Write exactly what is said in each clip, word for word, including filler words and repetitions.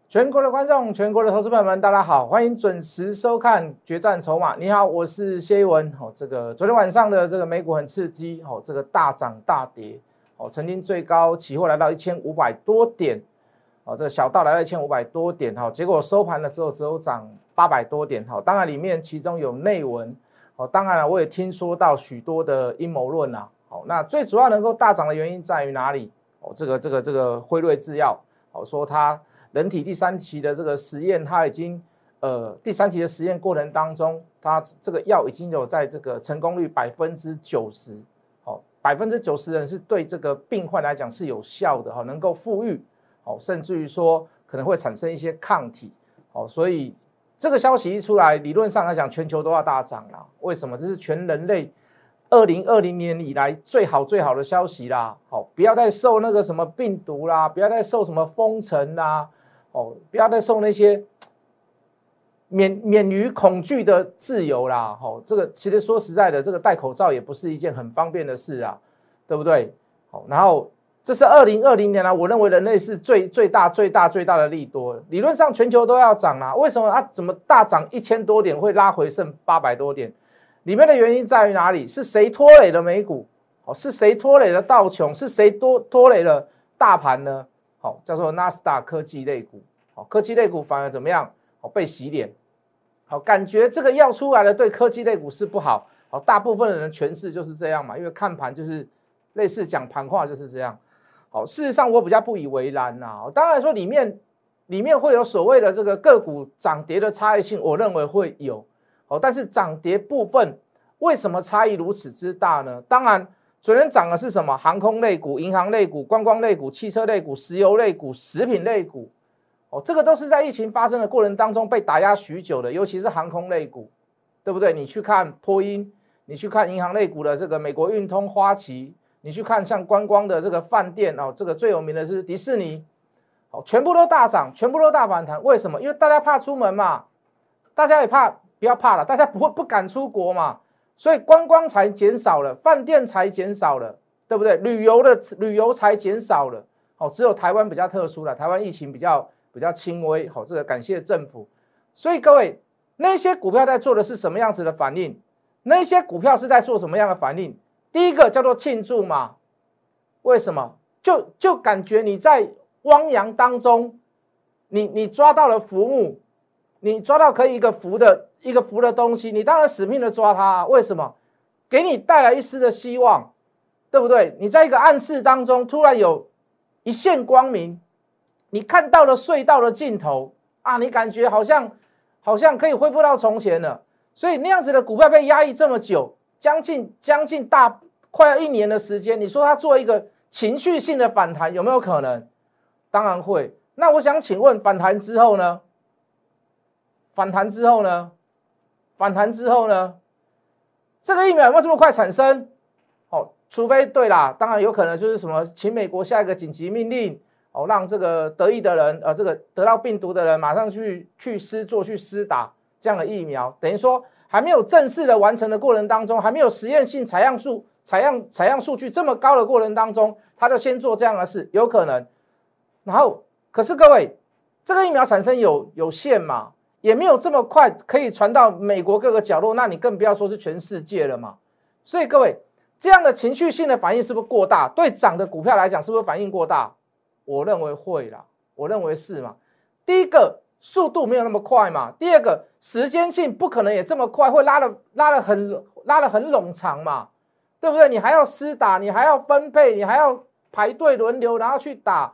全国的观众，全国的投资朋友们，大家好，欢迎准时收看《决战筹码》。你好，我是谢一文。哦，这个昨天晚上的这个美股很刺激，哦，这个大涨大跌，哦，曾经最高期货来到一千五百多点，哦，这个小道来到一千五百多点，哈，结果收盘了之后只有涨八百多点，好，当然里面其中有内文，哦，当然了，我也听说到许多的阴谋论啊，好，那最主要能够大涨的原因在于哪里？哦，这个这个这个辉瑞制药，哦，说它。人体第三期的这个实验，它已经呃第三期的实验过程当中，它这个药已经有在这个成功率百分之九十，好，百分之九十人是对这个病患来讲是有效的哈，能够复愈，好，甚至于说可能会产生一些抗体，好，所以这个消息一出来，理论上来讲，全球都要大涨啦。为什么？这是全人类二零二零年以来最好最好的消息啦，好，不要再受那个什么病毒啦，不要再受什么封城啦。哦，不要再受那些免免于恐惧的自由啦！哦，这个其实说实在的，这个戴口罩也不是一件很方便的事啊，对不对？好，然后这是二零二零年来，我认为人类是最最大最大最大的利多，理论上全球都要涨啦。为什么它怎么大涨一千多点会拉回剩八百多点？里面的原因在于哪里？是谁拖累了美股？哦，是谁拖累了道琼？是谁拖拖累了大盘呢？好，叫做纳斯达克科技类股，好，科技类股反而怎么样？好，被洗脸，好，感觉这个药出来了，对科技类股是不好，好，大部分的人诠释就是这样嘛，因为看盘就是类似讲盘话就是这样，好，事实上我比较不以为然呐，当然说里面里面会有所谓的这个个股涨跌的差异性，我认为会有，好，但是涨跌部分为什么差异如此之大呢？当然。昨天涨的是什么？航空类股、银行类股、观光类股、汽车类股、石油类股、食品类股，哦，这个都是在疫情发生的过程当中被打压许久的，尤其是航空类股，对不对？你去看波音，你去看银行类股的这个美国运通、花旗，你去看像观光的这个饭店哦，这个最有名的是迪士尼，哦，全部都大涨，全部都大反弹。为什么？因为大家怕出门嘛，大家也怕，不要怕了，大家不会不敢出国嘛。所以观光才减少了，饭店才减少了，对不对？旅游的旅游才减少了，好，只有台湾比较特殊了，台湾疫情比较比较轻微，好，这个感谢政府。所以各位，那些股票在做的是什么样子的反应？那些股票是在做什么样的反应？第一个叫做庆祝嘛，为什么？就就感觉你在汪洋当中，你你抓到了浮木，你抓到可以一个浮的。一个浮的东西，你当然死命的抓它啊，为什么？给你带来一丝的希望，对不对？你在一个暗室当中，突然有一线光明，你看到了隧道的尽头啊，你感觉好像好像可以恢复到从前了。所以那样子的股票被压抑这么久，将近将近大快要一年的时间，你说它做一个情绪性的反弹，有没有可能？当然会。那我想请问，反弹之后呢？反弹之后呢？反弹之后呢，这个疫苗有没有这么快产生？哦，除非对啦，当然有可能就是什么，请美国下一个紧急命令，哦，让这个得疫的人，呃，这个得到病毒的人马上去去施做去施打这样的疫苗，等于说还没有正式的完成的过程当中，还没有实验性采样数采样采样数据这么高的过程当中，他就先做这样的事，有可能。然后，可是各位，这个疫苗产生有有限嘛？也没有这么快可以传到美国各个角落，那你更不要说是全世界了嘛。所以各位，这样的情绪性的反应是不是过大？对涨的股票来讲，是不是反应过大？我认为会啦，我认为是嘛。第一个，速度没有那么快嘛。第二个，时间性不可能也这么快，会拉的拉的很拉的很冗长嘛，对不对？你还要施打，你还要分配，你还要排队轮流，然后去打。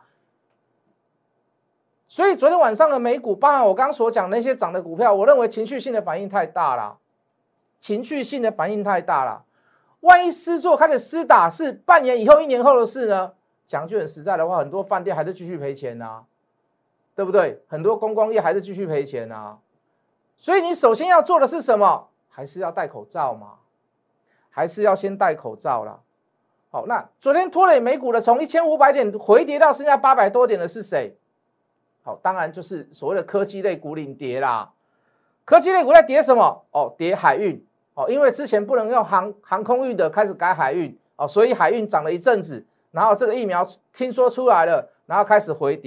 所以昨天晚上的美股，包含我刚刚所讲那些涨的股票，我认为情绪性的反应太大了，情绪性的反应太大了。万一施作开始施打是半年以后、一年后的事呢？讲句很实在的话，很多饭店还是继续赔钱啊，对不对？很多观光业还是继续赔钱啊。所以你首先要做的是什么？还是要戴口罩嘛？还是要先戴口罩啦。好，那昨天拖累美股的，从一千五百点回跌到剩下八百多点的是谁？好，当然就是所谓的科技类股领跌啦。科技类股在跌什么？哦，跌海运哦，因为之前不能用航航空运的，开始改海运哦，所以海运涨了一阵子，然后这个疫苗听说出来了，然后开始回跌。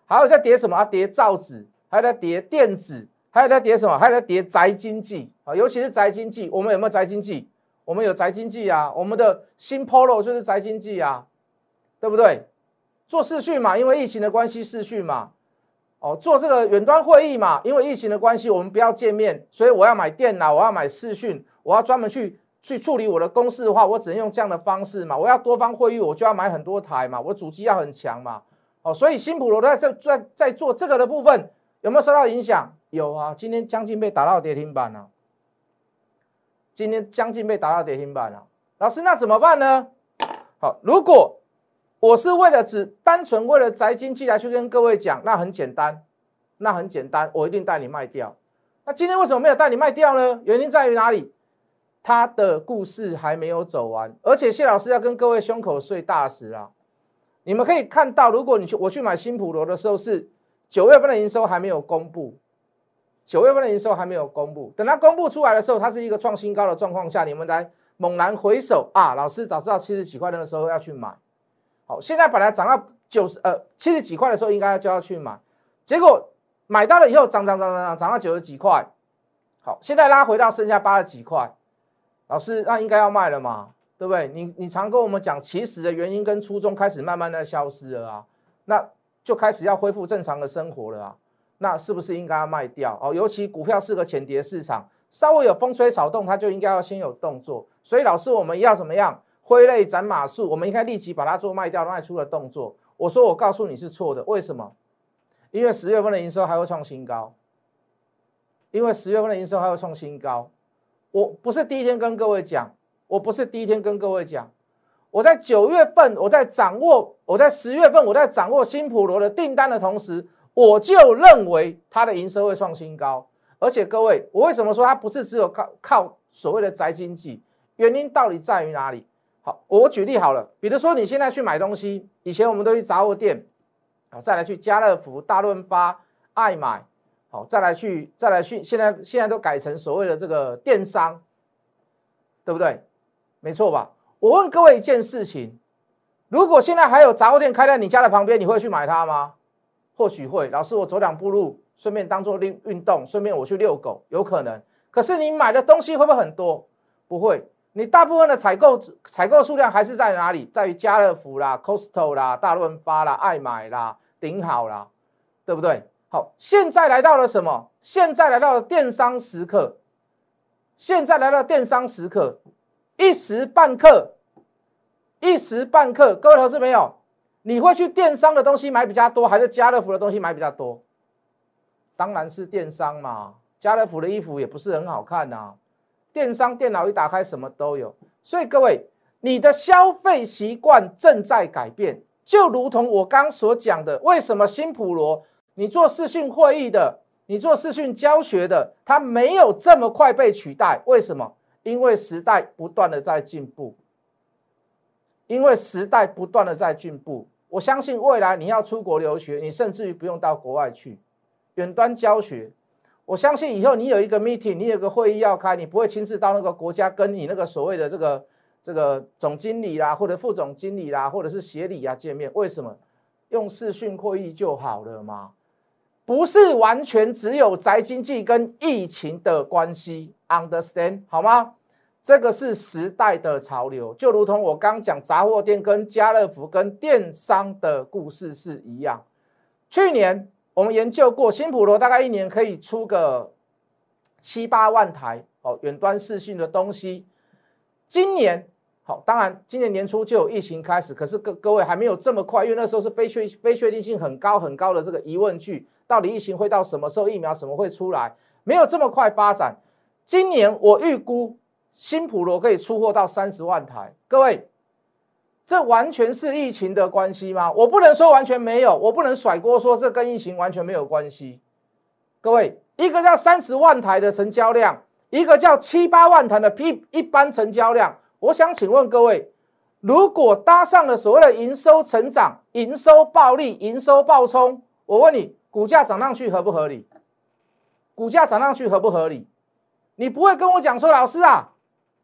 还有在跌什么啊？跌造纸，还有在跌电子，还有在跌什么？还有在跌宅经济啊，尤其是宅经济，我们有没有宅经济？我们有宅经济啊，我们的新 P O L O 就是宅经济啊，对不对？做视讯嘛，因为疫情的关系视讯嘛，哦，做这个远端会议嘛，因为疫情的关系，我们不要见面，所以我要买电脑，我要买视讯，我要专门去去处理我的公式的话，我只能用这样的方式嘛。我要多方会议，我就要买很多台嘛，我主机要很强嘛，哦，所以新普罗在在在在做这个的部分，有没有受到影响？有啊，今天将近被打到跌停板啊。今天将近被打到跌停板了，老师那怎么办呢？好，如果我是为了只单纯为了宅经济来去跟各位讲，那很简单，那很简单，我一定带你卖掉。那今天为什么没有带你卖掉呢？原因在于哪里？他的故事还没有走完，而且谢老师要跟各位胸口碎大石啊！你们可以看到，如果你去我去买新普罗的时候是九月份的营收还没有公布。九月份的营收还没有公布，等它公布出来的时候，它是一个创新高的状况下，你们来猛然回首啊，老师早知道七十几块那个时候要去买，好，现在本来涨到九十呃七十几块的时候应该就要去买，结果买到了以后涨涨涨涨涨涨到九十几块，好，现在拉回到剩下八十几块，老师那应该要卖了嘛，对不对？你你常跟我们讲起始的原因跟初衷开始慢慢的消失了啊，那就开始要恢复正常的生活了啊。那是不是应该要卖掉哦？尤其股票是个浅跌市场，稍微有风吹草动，它就应该要先有动作。所以老师，我们要怎么样？挥泪斩马谡，我们应该立即把它做卖掉、卖出的动作。我说，我告诉你是错的，为什么？因为十月份的营收还会创新高，因为十月份的营收还会创新高。我不是第一天跟各位讲，我不是第一天跟各位讲，我在九月份，我在掌握，我在十月份，我在掌握新普罗的订单的同时。我就认为它的营收会创新高，而且各位，我为什么说它不是只有靠靠所谓的宅经济？原因到底在于哪里？好，我举例好了，比如说你现在去买东西，以前我们都去杂货店，好，再来去家乐福、大润发、爱买，好，再来去再来去，现在现在都改成所谓的这个电商，对不对？没错吧？我问各位一件事情，如果现在还有杂货店开在你家的旁边，你会去买它吗？或许会，老师，我走两步路，顺便当做运动，顺便我去遛狗，有可能。可是你买的东西会不会很多？不会，你大部分的采购采购数量还是在哪里？在于家乐福啦、Costco 啦、大润发啦、爱买啦、顶好啦，对不对？好，现在来到了什么？现在来到了电商时刻，现在来到电商时刻，一时半刻，一时半刻，各位投资朋友。你会去电商的东西买比较多，还是家乐福的东西买比较多？当然是电商嘛，家乐福的衣服也不是很好看啊。电商电脑一打开，什么都有。所以各位，你的消费习惯正在改变，就如同我刚所讲的，为什么新普罗你做视讯会议的，你做视讯教学的，它没有这么快被取代？为什么？因为时代不断的在进步，因为时代不断的在进步。我相信未来你要出国留学，你甚至于不用到国外去，远端教学。我相信以后你有一个 meeting， 你有个会议要开，你不会亲自到那个国家跟你那个所谓的这个这个总经理啦，或者副总经理啦，或者是协理啊见面。为什么？用视讯会议就好了嘛？不是完全只有宅经济跟疫情的关系 ，understand 好吗？这个是时代的潮流，就如同我刚讲杂货店跟家乐福跟电商的故事是一样。去年我们研究过，新普罗大概一年可以出个七八万台哦，远端视讯的东西。今年好，当然今年年初就有疫情开始，可是各各位还没有这么快，因为那时候是非确非确定性很高很高的这个疑问句，到底疫情会到什么时候，疫苗什么会出来，没有这么快发展。今年我预估。新普罗可以出货到三十万台，各位，这完全是疫情的关系吗？我不能说完全没有，我不能甩锅说这跟疫情完全没有关系。各位，一个叫三十万台的成交量，一个叫七八万台的一一般成交量。我想请问各位，如果搭上了所谓的营收成长、营收暴利、营收暴冲，我问你，股价涨上去合不合理？股价涨上去合不合理？你不会跟我讲说，老师啊。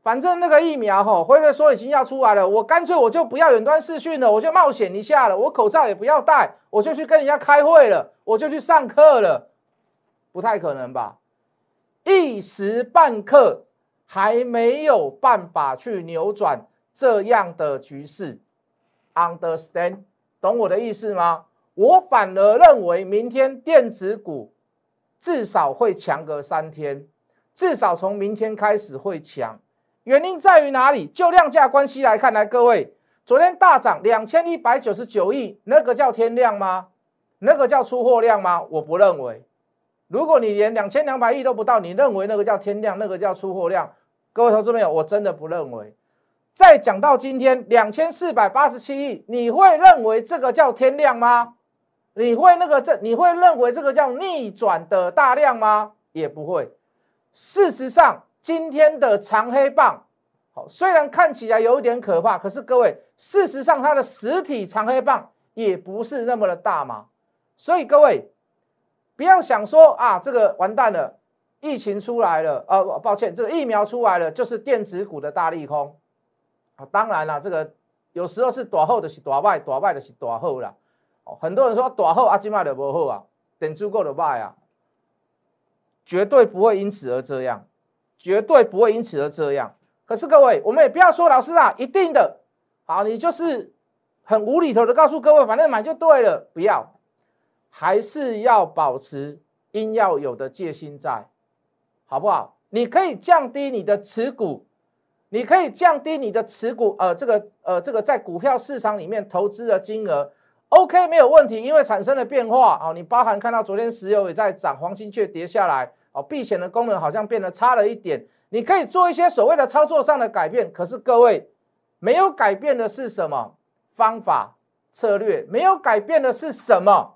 反正那个疫苗吼，辉瑞说已经要出来了，我干脆我就不要远端视讯了，我就冒险一下了，我口罩也不要戴，我就去跟人家开会了，我就去上课了，不太可能吧？一时半刻还没有办法去扭转这样的局势 ，understand？ 懂我的意思吗？我反而认为明天电子股至少会强个三天，至少从明天开始会强。原因在于哪里？就量价关系来看，来各位，昨天大涨两千一百九十九亿，那个叫天量吗？那个叫出货量吗？我不认为。如果你连两千两百亿都不到，你认为那个叫天量，那个叫出货量？各位投资朋友，我真的不认为。再讲到今天两千四百八十七亿，你会认为这个叫天量吗？你会那个这你会认为这个叫逆转的大量吗？也不会。事实上，今天的长黑棒，好，虽然看起来有一点可怕，可是各位，事实上它的实体长黑棒也不是那么的大嘛。所以各位不要想说啊，这个完蛋了，疫情出来了，呃，抱歉，这个疫苗出来了，就是电子股的大利空。啊，当然啦，这个有时候是大好的是大坏，大坏的是大好啦。哦，很多人说大好啊，今麦就不好啊，电子股就坏啊，绝对不会因此而这样。绝对不会因此而这样。可是各位，我们也不要说老师啊，一定的，好，你就是很无厘头的告诉各位，反正买就对了，不要，还是要保持应要有的戒心在，好不好？你可以降低你的持股，你可以降低你的持股，呃，这个呃这个在股票市场里面投资的金额 ，OK 没有问题，因为产生了变化啊，你包含看到昨天石油也在涨，黄金却跌下来。哦，避险的功能好像变得差了一点，你可以做一些所谓的操作上的改变，可是各位没有改变的是什么？方法策略没有改变的是什么？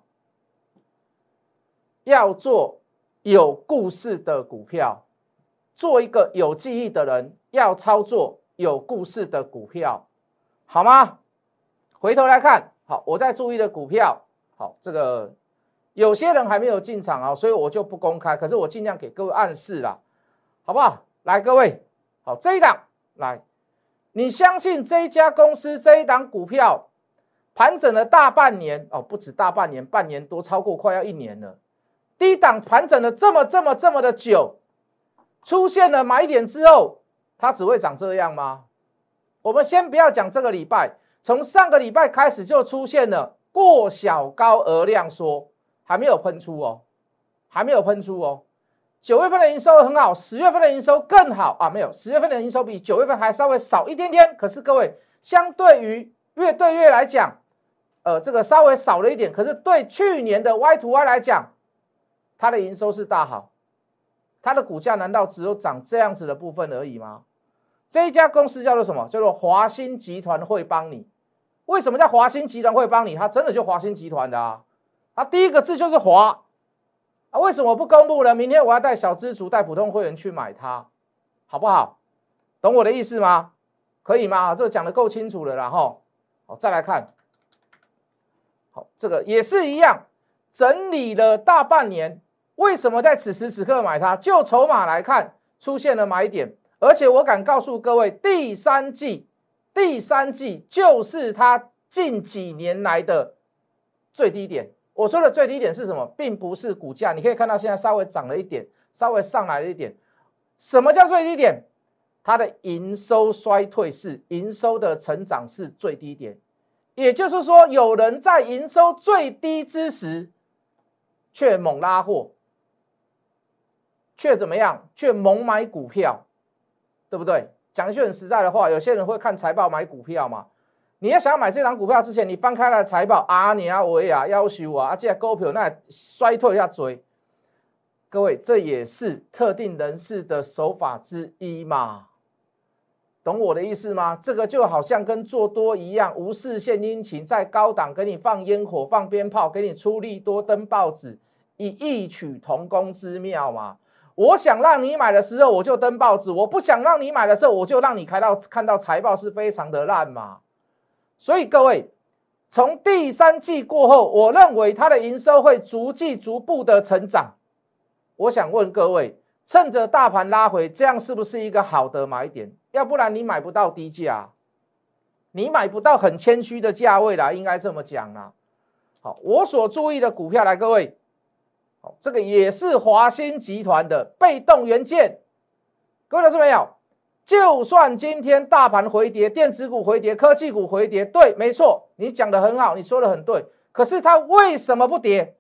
要做有故事的股票，做一个有记忆的人，要操作有故事的股票，好吗？回头来看，好，我在注意的股票，好，这个。有些人还没有进场啊，所以我就不公开。可是我尽量给各位暗示啦，好不好？来，各位，好，这一档来，你相信这一家公司这一档股票盘整了大半年哦，不止大半年，半年多，超过快要一年了。低档盘整了这么这么这么的久，出现了买点之后，它只会长这样吗？我们先不要讲这个礼拜，从上个礼拜开始就出现了过小高而量缩。还没有喷出哦，还没有喷出哦。九月份的营收很好，十月份的营收更好啊，没有，十月份的营收比九月份还稍微少一点点。可是各位，相对于月对月来讲，呃，这个稍微少了一点。可是对去年的 Y to Y 来讲，它的营收是大好，它的股价难道只有涨这样子的部分而已吗？这一家公司叫做什么？叫做华新集团会帮你。为什么叫华新集团会帮你？它真的就华新集团的啊。它第一个字就是华啊，为什么不公布呢？明天我要带小资族、带普通会员去买它，好不好？懂我的意思吗？可以吗？这个讲得够清楚了啦哈。好，再来看，好，这个也是一样，整理了大半年，为什么在此时此刻买它？就筹码来看，出现了买点，而且我敢告诉各位，第三季，第三季就是它近几年来的最低点。我说的最低点是什么？并不是股价，你可以看到现在稍微涨了一点，稍微上来了一点。什么叫最低点？它的营收衰退是营收的成长是最低点，也就是说，有人在营收最低之时，却猛拉货，却怎么样？却猛买股票，对不对？讲一句很实在的话，有些人会看财报买股票嘛。你要想要买这档股票之前，你翻开了财报啊，你啊维啊，要求啊，啊，这股票那衰退要追，各位，这也是特定人士的手法之一嘛，懂我的意思吗？这个就好像跟做多一样，无事献殷勤，在高档给你放烟火、放鞭炮，给你出利多、登报纸，以异曲同工之妙嘛。我想让你买的时候，我就登报纸；我不想让你买的时候，我就让你看到看到财报是非常的烂嘛。所以各位，从第三季过后，我认为它的营收会逐季逐步的成长。我想问各位， 趁着大盘拉回，这样是不是一个好的买点？要不然你买不到低价，你买不到很谦虚的价位啦，应该这么讲啦。好，我所注意的股票来，各位，好，这个也是华新集团的被动元件，各位老师没有？就算今天大盘回跌，电子股回跌，科技股回跌，对，没错，你讲的很好，你说的很对。可是它为什么不跌？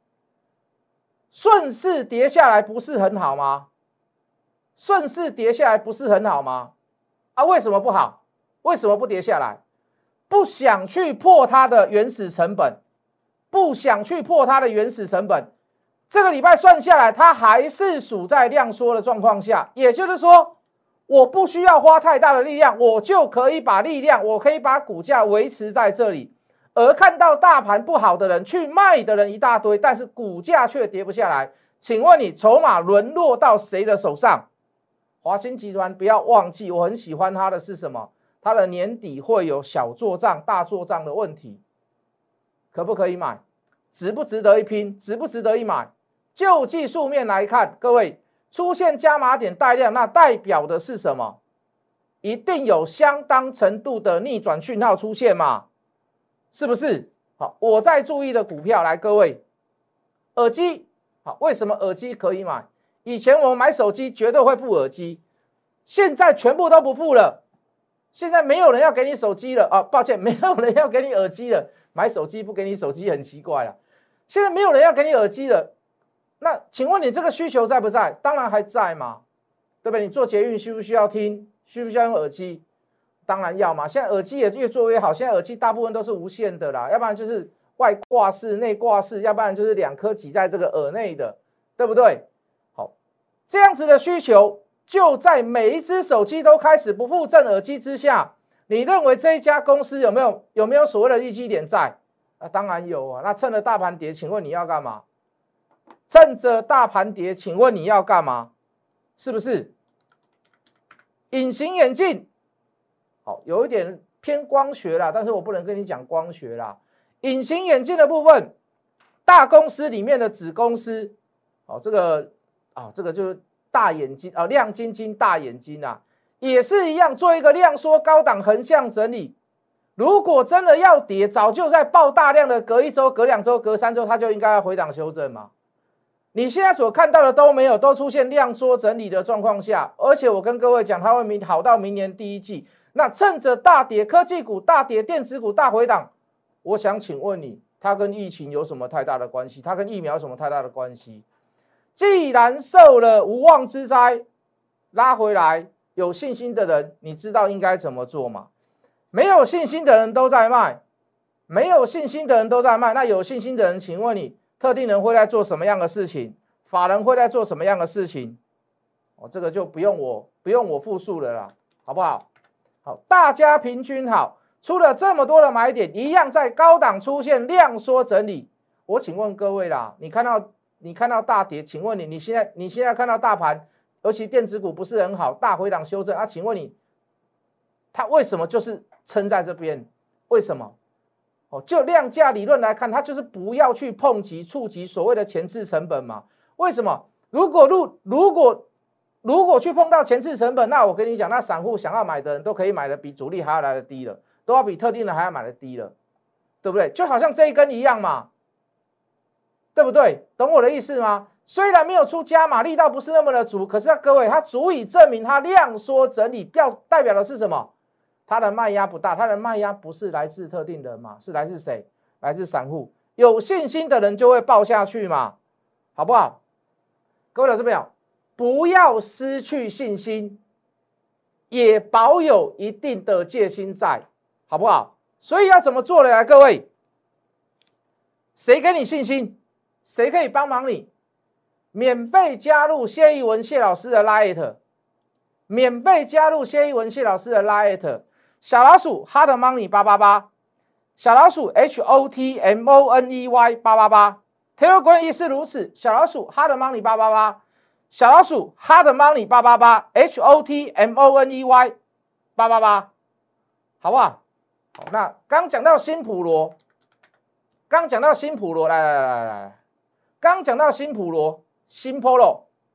顺势跌下来不是很好吗？顺势跌下来不是很好吗？啊，为什么不好？为什么不跌下来？不想去破它的原始成本，不想去破它的原始成本。这个礼拜算下来，它还是属在量缩的状况下，也就是说，我不需要花太大的力量，我就可以把力量，我可以把股价维持在这里。而看到大盘不好的人，去卖的人一大堆，但是股价却跌不下来。请问你筹码沦落到谁的手上？华新集团不要忘记，我很喜欢它的是什么？它的年底会有小做账、大做账的问题，可不可以买？值不值得一拼？值不值得一买？就技术面来看，各位出现加码点带量，那代表的是什么？一定有相当程度的逆转讯号出现嘛？是不是？好，我在注意的股票来，各位，耳机，好，为什么耳机可以买？以前我们买手机绝对会附耳机，现在全部都不附了。现在没有人要给你手机了啊！抱歉，没有人要给你耳机了。买手机不给你手机很奇怪啊。现在没有人要给你耳机了，那请问你这个需求在不在？当然还在嘛，对不对？你做捷运需不需要听？需不需要用耳机？当然要嘛。现在耳机也越做越好，现在耳机大部分都是无线的啦，要不然就是外挂式、内挂式，要不然就是两颗挤在这个耳内的，对不对？好，这样子的需求。就在每一只手机都开始不附赠耳机之下，你认为这一家公司有没有有没有所谓的利基点在？啊，当然有啊。那趁着大盘跌，请问你要干嘛？趁着大盘跌，请问你要干嘛？是不是？隐形眼镜，好，有一点偏光学啦，但是我不能跟你讲光学啦。隐形眼镜的部分，大公司里面的子公司，好，这个啊，这个就是。大眼睛啊，亮晶晶大眼睛啊，也是一样做一个量缩高档横向整理。如果真的要跌，早就在爆大量的隔一周、隔两周、隔三周，它就应该要回档修正嘛。你现在所看到的都没有，都出现量缩整理的状况下，而且我跟各位讲，它会明好到明年第一季。那趁着大跌，科技股大跌，电子股大回档，我想请问你，它跟疫情有什么太大的关系？它跟疫苗有什么太大的关系？既然受了无妄之灾，拉回来，有信心的人，你知道应该怎么做吗？没有信心的人都在卖，没有信心的人都在卖。那有信心的人，请问你，特定人会在做什么样的事情？法人会在做什么样的事情？哦，这个就不用我不用我复述了啦，好不好？好，大家平均好，出了这么多的买点，一样在高档出现量缩整理。我请问各位啦，你看到？你看到大跌，请问你，你现在你现在看到大盘，尤其电子股不是很好，大回档修正啊？请问你，它为什么就是撑在这边？为什么？哦，就量价理论来看，它就是不要去碰及触及所谓的前置成本嘛？为什么？如果入如果如果去碰到前置成本，那我跟你讲，那散户想要买的人都可以买的比主力还要来的低了，都要比特定的还要买的低了，对不对？就好像这一根一样嘛。对不对？懂我的意思吗？虽然没有出加码，力道不是那么的足，可是各位，它足以证明它量缩整理，表代表的是什么？它的卖压不大，它的卖压不是来自特定人嘛，是来自谁？来自散户。有信心的人就会抱下去嘛，好不好？各位老师朋友，不要失去信心，也保有一定的戒心在，好不好？所以要怎么做呢？来，各位，谁给你信心？谁可以帮忙你？免费加入谢逸文谢老师的 Line， 免费加入谢逸文谢老师的 Line， 小老鼠 Hot Money 八八八，小老鼠 H O T M O N E Y 八八八 ，Telegram 也是如此，小老鼠 Hot Money 八八八，小老鼠 Hot Money 八八八 H O T M O N E Y 八八八，好不好？好，那刚讲到新普罗，刚讲到新普罗，来来来来来。刚讲到新普罗、新 Polo，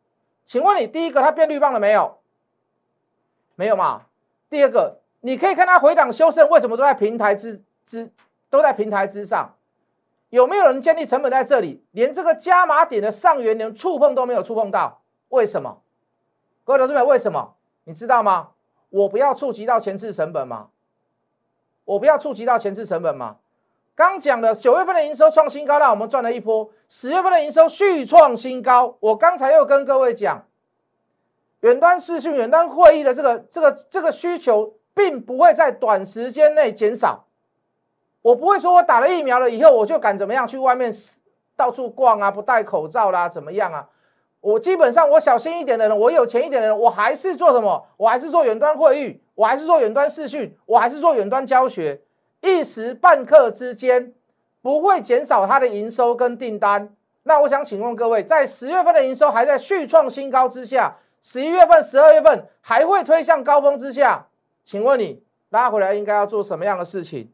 请问你第一个它变绿棒了没有？没有嘛？第二个，你可以看它回档修正，为什么都在平台之之都在平台之上？有没有人建立成本在这里，连这个加码点的上缘连触碰都没有触碰到？为什么？各位投资者，为什么？你知道吗？我不要触及到前次成本吗？我不要触及到前次成本吗？刚讲的九月份的营收创新高，让我们赚了一波；十月份的营收续创新高。我刚才又跟各位讲，远端视讯、远端会议的这个、这个、这个需求，并不会在短时间内减少。我不会说我打了疫苗了以后，我就敢怎么样去外面到处逛啊，不戴口罩啦，怎么样啊？我基本上我小心一点的人，我有钱一点的人，我还是做什么？我还是做远端会议，我还是做远端视讯，我还是做远端教学。一时半刻之间不会减少它的营收跟订单。那我想请问各位，在十月份的营收还在续创新高之下，十一月份、十二月份还会推向高峰之下，请问你拉回来应该要做什么样的事情？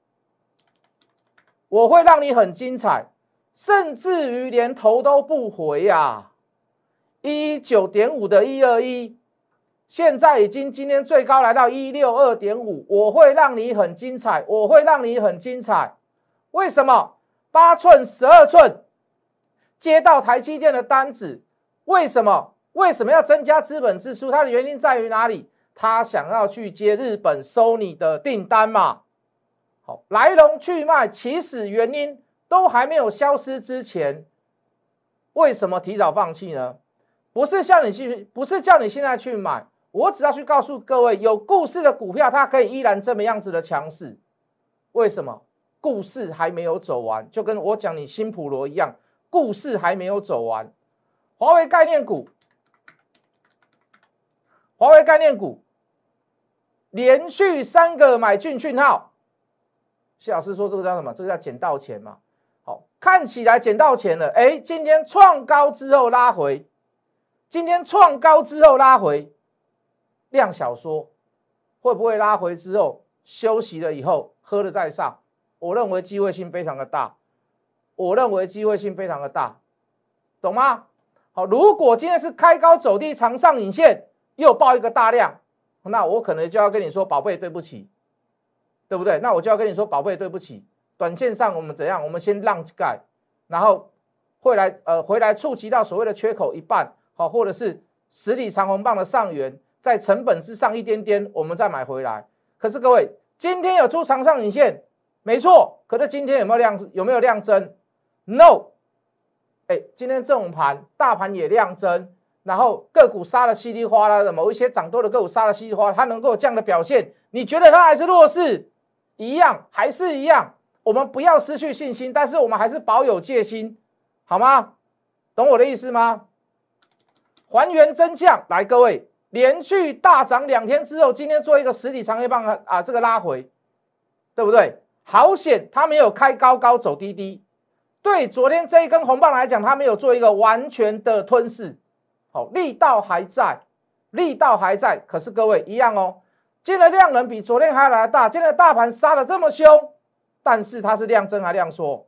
我会让你很精彩，甚至于连头都不回啊！一一九点五的一二一。现在已经今天最高来到一六二点五，我会让你很精彩，我会让你很精彩。为什么？八寸、十二寸接到台积电的单子，为什么？为什么要增加资本支出？它的原因在于哪里？他想要去接日本 Sony 的订单嘛。好，来龙去脉、起始原因都还没有消失之前，为什么提早放弃呢？不是叫你去，不是叫你现在去买。我只要去告诉各位，有故事的股票，它可以依然这么样子的强势。为什么？故事还没有走完，就跟我讲你新普罗一样，故事还没有走完。华为概念股，华为概念股连续三个买进讯号。谢老师说这个叫什么？这个叫捡到钱嘛。好，看起来捡到钱了。哎，今天创高之后拉回，今天创高之后拉回。量小说会不会拉回之后休息了以后喝了再上？我认为机会性非常的大，我认为机会性非常的大，懂吗？好，如果今天是开高走低长上影线又爆一个大量，那我可能就要跟你说宝贝对不起，对不对？那我就要跟你说宝贝对不起，短线上我们怎样？我们先让盖，然后会来呃回来触及到所谓的缺口一半，好，或者是实体长红棒的上缘。在成本之上一点点，我们再买回来。可是各位，今天有出长上影线，没错。可是今天有没有量？有没有量增 ？No。哎，今天这种盘，大盘也量增，然后个股杀了稀里哗啦的，某一些涨多的个股杀了稀里哗啦，它能够有这样的表现，你觉得它还是弱势？一样，还是一样。我们不要失去信心，但是我们还是保有戒心，好吗？懂我的意思吗？还原真相，来，各位。连续大涨两天之后，今天做一个实体长黑棒啊，这个拉回，对不对？好险，它没有开高高走低低。对，昨天这一根红棒来讲，它没有做一个完全的吞噬，好，力道还在，力道还在。可是各位一样哦，今天的量能比昨天还要来得大，今天的大盘杀得这么凶，但是它是量增还量缩？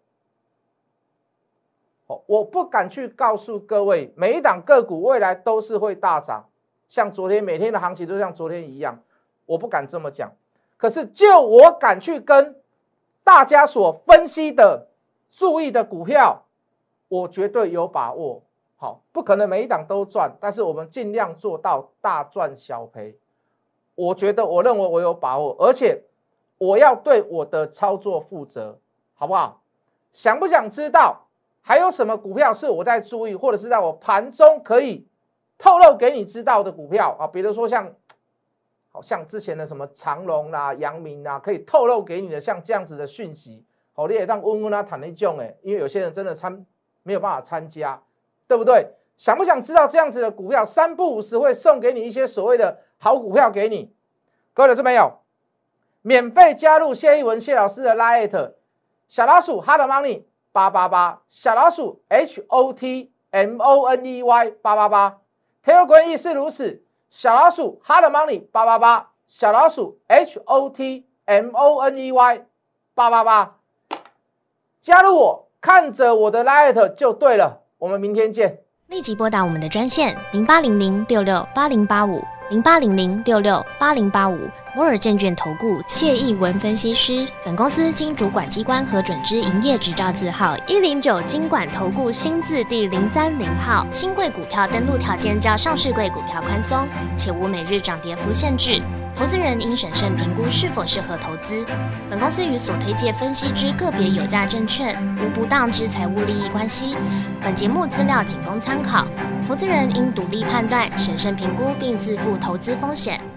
哦，我不敢去告诉各位，每一档个股未来都是会大涨。像昨天每天的行情都像昨天一样，我不敢这么讲。可是就我敢去跟大家所分析的、注意的股票，我绝对有把握。好，不可能每一档都赚，但是我们尽量做到大赚小赔。我觉得，我认为我有把握，而且我要对我的操作负责，好不好？想不想知道还有什么股票是我在注意，或者是在我盘中可以透露给你知道的股票啊？比如说像，好像之前的什么长荣啦、阳明啦，可以透露给你的像这样子的讯息，好，你也让温温啊谈一种哎，因为有些人真的参没有办法参加，对不对？想不想知道这样子的股票？三不五时会送给你一些所谓的好股票给你。各位有没有？免费加入谢一文谢老师的 Line 小老鼠 Hot Money 八八八，小老鼠 H O T M O N E Y 八八八。Telegram 亦是如此，小老鼠 Hot Money 八八八，小老鼠 H O T M O N E Y 八八八，加入我，看着我的 Line 就对了。我们明天见。 立即拨打我们的专线零八零零六六八零八五零八零零六六八零八五。摩尔证券投顾谢逸文分析师，本公司经主管机关核准之营业执照字号一零九金管投顾新字第零三零号。新贵股票登录条件较上市贵股票宽松，且无每日涨跌幅限制。投资人应审慎评估是否适合投资。本公司与所推介分析之个别有价证券无不当之财务利益关系。本节目资料仅供参考，投资人应独立判断、审慎评估并自负投资风险。